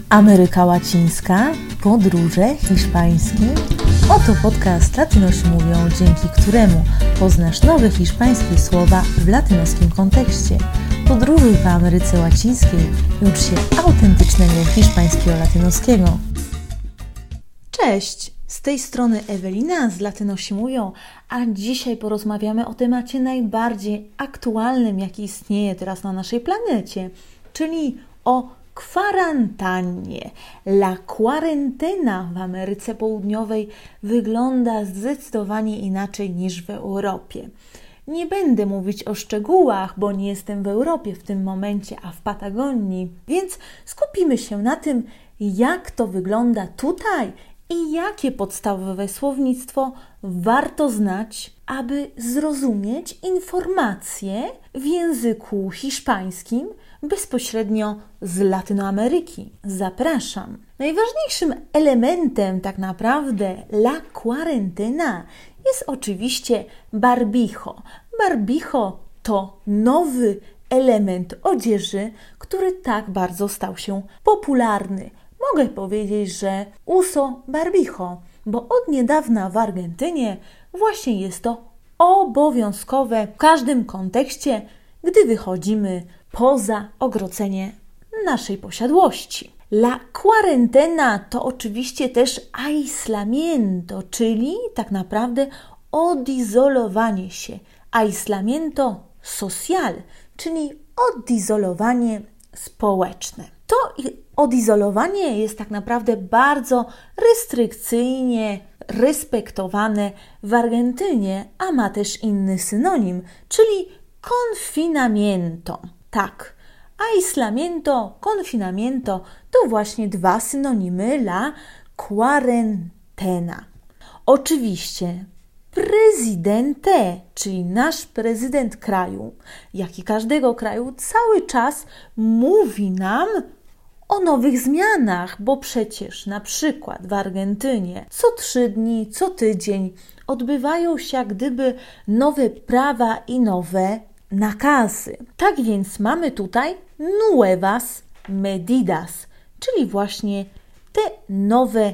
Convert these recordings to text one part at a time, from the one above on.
Ameryka Łacińska, podróże hiszpańskie. Oto podcast Latynosi mówią, dzięki któremu poznasz nowe hiszpańskie słowa w latynoskim kontekście. Podróżuj po Ameryce Łacińskiej i ucz się autentycznego hiszpańskiego latynoskiego. Cześć! Z tej strony Ewelina z Latynosi mówią, a dzisiaj porozmawiamy o temacie najbardziej aktualnym, jaki istnieje teraz na naszej planecie, czyli o kwarantannie. La cuarentena w Ameryce Południowej wygląda zdecydowanie inaczej niż w Europie. Nie będę mówić o szczegółach, bo nie jestem w Europie w tym momencie, a w Patagonii, więc skupimy się na tym, jak to wygląda tutaj i jakie podstawowe słownictwo warto znać, aby zrozumieć informacje w języku hiszpańskim bezpośrednio z Latynoameryki. Zapraszam. Najważniejszym elementem tak naprawdę la cuarentena jest oczywiście barbijo. Barbijo to nowy element odzieży, który tak bardzo stał się popularny. Mogę powiedzieć, że uso barbijo, bo od niedawna w Argentynie właśnie jest to obowiązkowe w każdym kontekście, gdy wychodzimy poza ogrodzenie naszej posiadłości. La cuarentena to oczywiście też aislamiento, czyli tak naprawdę odizolowanie się. Aislamiento social, czyli odizolowanie społeczne. To odizolowanie jest tak naprawdę bardzo restrykcyjnie respektowane w Argentynie, a ma też inny synonim, czyli confinamiento. Tak, aislamiento, confinamiento to właśnie dwa synonimy la cuarentena. Oczywiście prezydente, czyli nasz prezydent kraju, jak i każdego kraju, cały czas mówi nam o nowych zmianach, bo przecież na przykład w Argentynie co 3 dni, co tydzień odbywają się jak gdyby nowe prawa i nowe nakazy. Tak więc mamy tutaj nuevas medidas, czyli właśnie te nowe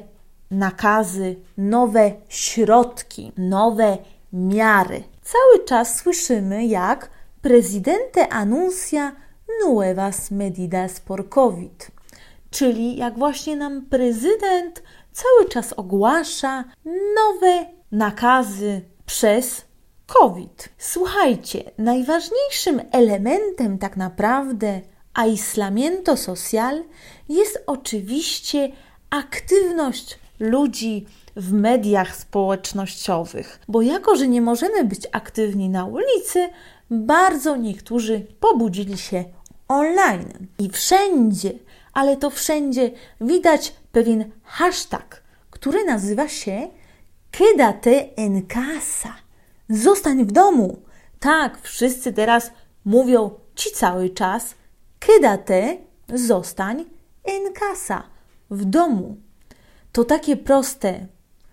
nakazy, nowe środki, nowe miary. Cały czas słyszymy, jak presidente anuncia nuevas medidas por COVID, czyli jak właśnie nam prezydent cały czas ogłasza nowe nakazy przez COVID. Słuchajcie, najważniejszym elementem tak naprawdę aislamiento social jest oczywiście aktywność ludzi w mediach społecznościowych, bo jako, że nie możemy być aktywni na ulicy, bardzo niektórzy pobudzili się online. I wszędzie, ale to wszędzie widać pewien hashtag, który nazywa się Quédate en casa. Zostań w domu. Tak, wszyscy teraz mówią ci cały czas Quédate, zostań en casa, w domu. To takie proste.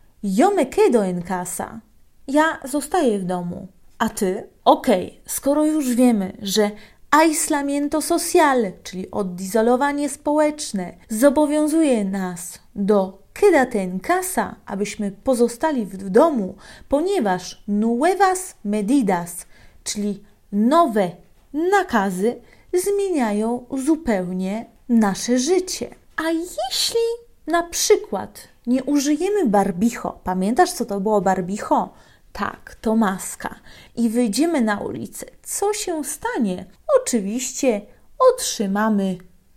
Yo me quedo en casa. Ja zostaję w domu. A ty? Okej, skoro już wiemy, że aislamiento social, czyli odizolowanie społeczne, zobowiązuje nas do quédate en casa, abyśmy pozostali w domu, ponieważ nuevas medidas, czyli nowe nakazy, zmieniają zupełnie nasze życie. A jeśli na przykład nie użyjemy barbijo, pamiętasz co to było barbijo? Tak, to maska. I wyjdziemy na ulicę. Co się stanie? Oczywiście otrzymamy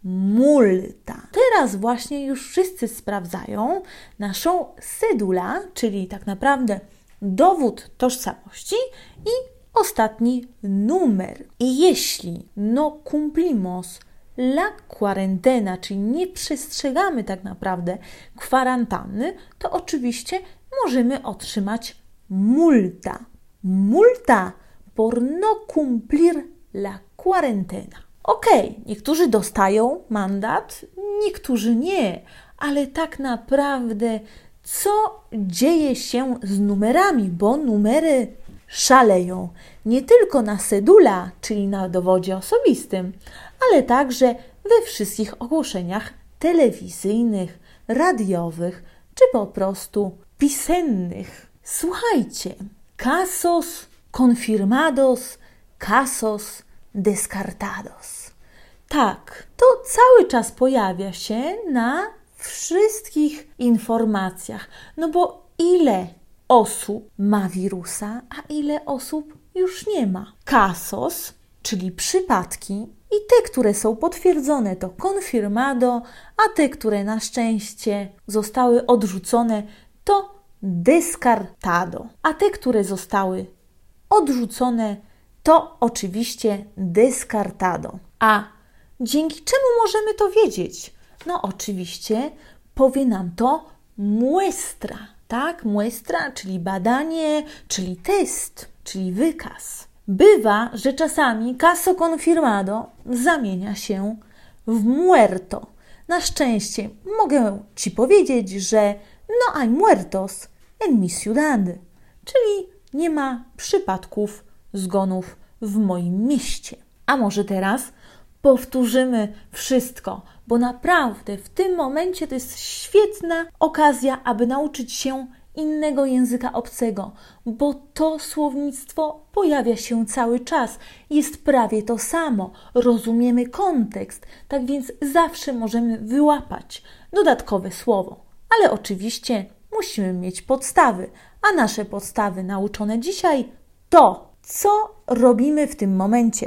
multa. Teraz właśnie już wszyscy sprawdzają naszą cedula, czyli tak naprawdę dowód tożsamości i ostatni numer. I jeśli no cumplimos la cuarentena, czyli nie przestrzegamy tak naprawdę kwarantanny, to oczywiście możemy otrzymać multa. Multa por no cumplir la cuarentena. Okej, niektórzy dostają mandat, niektórzy nie, ale tak naprawdę co dzieje się z numerami, bo numery szaleją nie tylko na cedula, czyli na dowodzie osobistym, ale także we wszystkich ogłoszeniach telewizyjnych, radiowych czy po prostu pisemnych. Słuchajcie, casos confirmados, casos descartados. Tak, to cały czas pojawia się na wszystkich informacjach, no bo ile osób ma wirusa, a ile osób już nie ma. Casos, czyli przypadki, i te, które są potwierdzone, to confirmado, a te, które na szczęście zostały odrzucone, to descartado. A te, które zostały odrzucone, to oczywiście descartado. A dzięki czemu możemy to wiedzieć? No oczywiście powie nam to muestra, tak? Muestra, czyli badanie, czyli test, czyli wykaz. Bywa, że czasami caso confirmado zamienia się w muerto. Na szczęście mogę Ci powiedzieć, że no hay muertos en mi ciudad, czyli nie ma przypadków zgonów w moim mieście. A może teraz powtórzymy wszystko, bo naprawdę w tym momencie to jest świetna okazja, aby nauczyć się innego języka obcego, bo to słownictwo pojawia się cały czas, jest prawie to samo, rozumiemy kontekst, tak więc zawsze możemy wyłapać dodatkowe słowo, ale oczywiście musimy mieć podstawy, a nasze podstawy nauczone dzisiaj to, co robimy w tym momencie.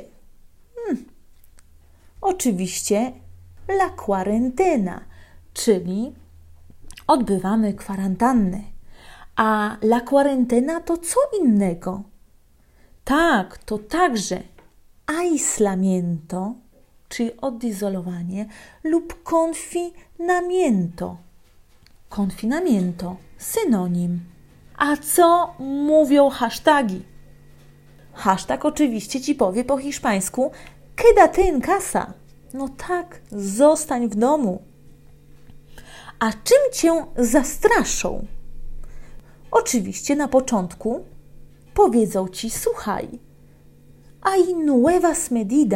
Oczywiście la cuarentena, czyli odbywamy kwarantannę. A la cuarentena to co innego? Tak, to także aislamiento, czyli odizolowanie, lub confinamiento. Confinamiento, synonim. A co mówią hasztagi? Hashtag oczywiście Ci powie po hiszpańsku quédate en casa. No tak, zostań w domu. A czym Cię zastraszą? Oczywiście na początku powiedzą Ci, słuchaj, hay nuevas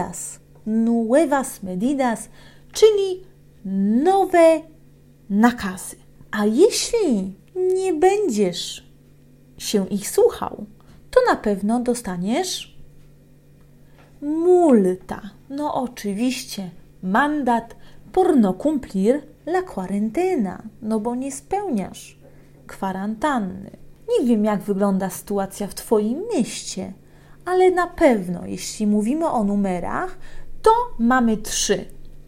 medidas, czyli nowe nakazy. A jeśli nie będziesz się ich słuchał, to na pewno dostaniesz multa. No oczywiście, mandat por no cumplir la cuarentena, no bo nie spełniasz kwarantanny. Nie wiem, jak wygląda sytuacja w Twoim mieście, ale na pewno, jeśli mówimy o numerach, to mamy 3.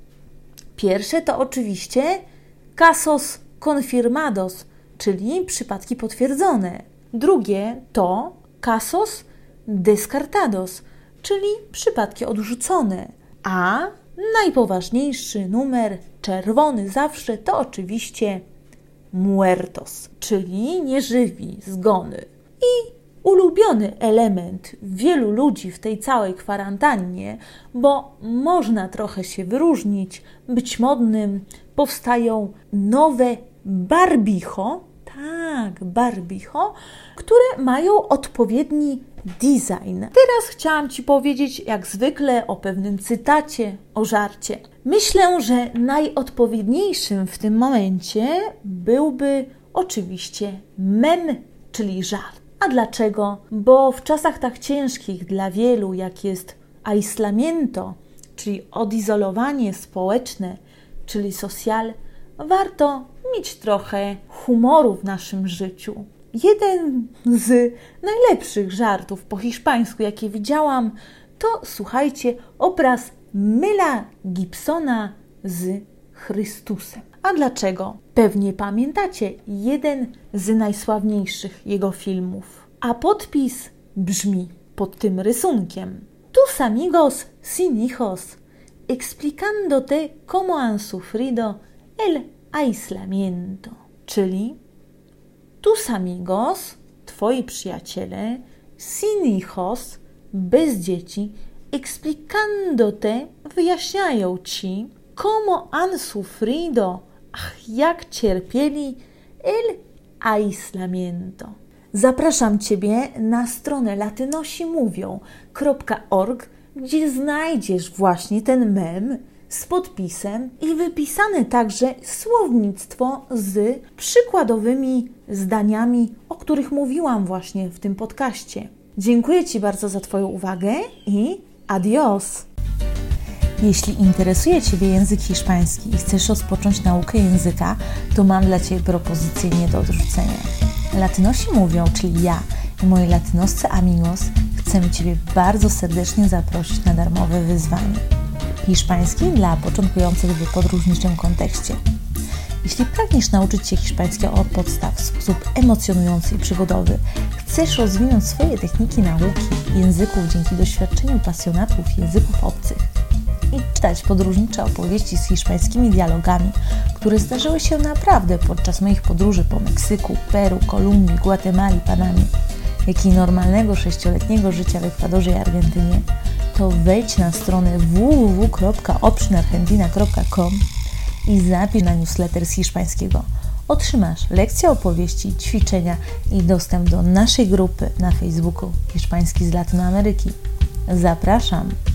Pierwsze to oczywiście casos confirmados, czyli przypadki potwierdzone. Drugie to casos descartados, czyli przypadki odrzucone. A najpoważniejszy numer, czerwony zawsze, to oczywiście muertos, czyli nieżywi, zgony. I ulubiony element wielu ludzi w tej całej kwarantannie, bo można trochę się wyróżnić, być modnym, powstają nowe barbicho, tak, barbicho, które mają odpowiedni design. Teraz chciałam Ci powiedzieć, jak zwykle, o pewnym cytacie, o żarcie. Myślę, że najodpowiedniejszym w tym momencie byłby oczywiście mem, czyli żart. A dlaczego? Bo w czasach tak ciężkich dla wielu, jak jest aislamiento, czyli odizolowanie społeczne, czyli social, warto mieć trochę humoru w naszym życiu. Jeden z najlepszych żartów po hiszpańsku, jakie widziałam, to, słuchajcie, obraz Mela Gibsona z Chrystusem. A dlaczego? Pewnie pamiętacie jeden z najsławniejszych jego filmów. A podpis brzmi pod tym rysunkiem: Tus amigos sin hijos, explicándote cómo han sufrido el aislamiento. Czyli tus amigos, Twoi przyjaciele, sin hijos, bez dzieci, explicándote, wyjaśniają Ci, cómo han sufrido, jak cierpieli el aislamiento. Zapraszam Ciebie na stronę latynosimówią.org, gdzie znajdziesz właśnie ten mem z podpisem i wypisane także słownictwo z przykładowymi zdaniami, o których mówiłam właśnie w tym podcaście. Dziękuję Ci bardzo za Twoją uwagę i adios! Jeśli interesuje Ciebie język hiszpański i chcesz rozpocząć naukę języka, to mam dla Ciebie propozycję nie do odrzucenia. Latynosi mówią, czyli ja i moi latynoscy amigos, chcemy Ciebie bardzo serdecznie zaprosić na darmowe wyzwanie. Hiszpański dla początkujących w podróżniczym kontekście. Jeśli pragniesz nauczyć się hiszpańskiego od podstaw w sposób emocjonujący i przygodowy, chcesz rozwinąć swoje techniki nauki języków dzięki doświadczeniu pasjonatów języków obcych i czytać podróżnicze opowieści z hiszpańskimi dialogami, które zdarzyły się naprawdę podczas moich podróży po Meksyku, Peru, Kolumbii, Gwatemali, Panamie, jak i normalnego 6-letniego życia w Ekwadorze i Argentynie, to wejdź na stronę www.optionargentina.com i zapisz na newsletter z hiszpańskiego. Otrzymasz lekcje opowieści, ćwiczenia i dostęp do naszej grupy na Facebooku Hiszpański z Latynoameryki. Zapraszam!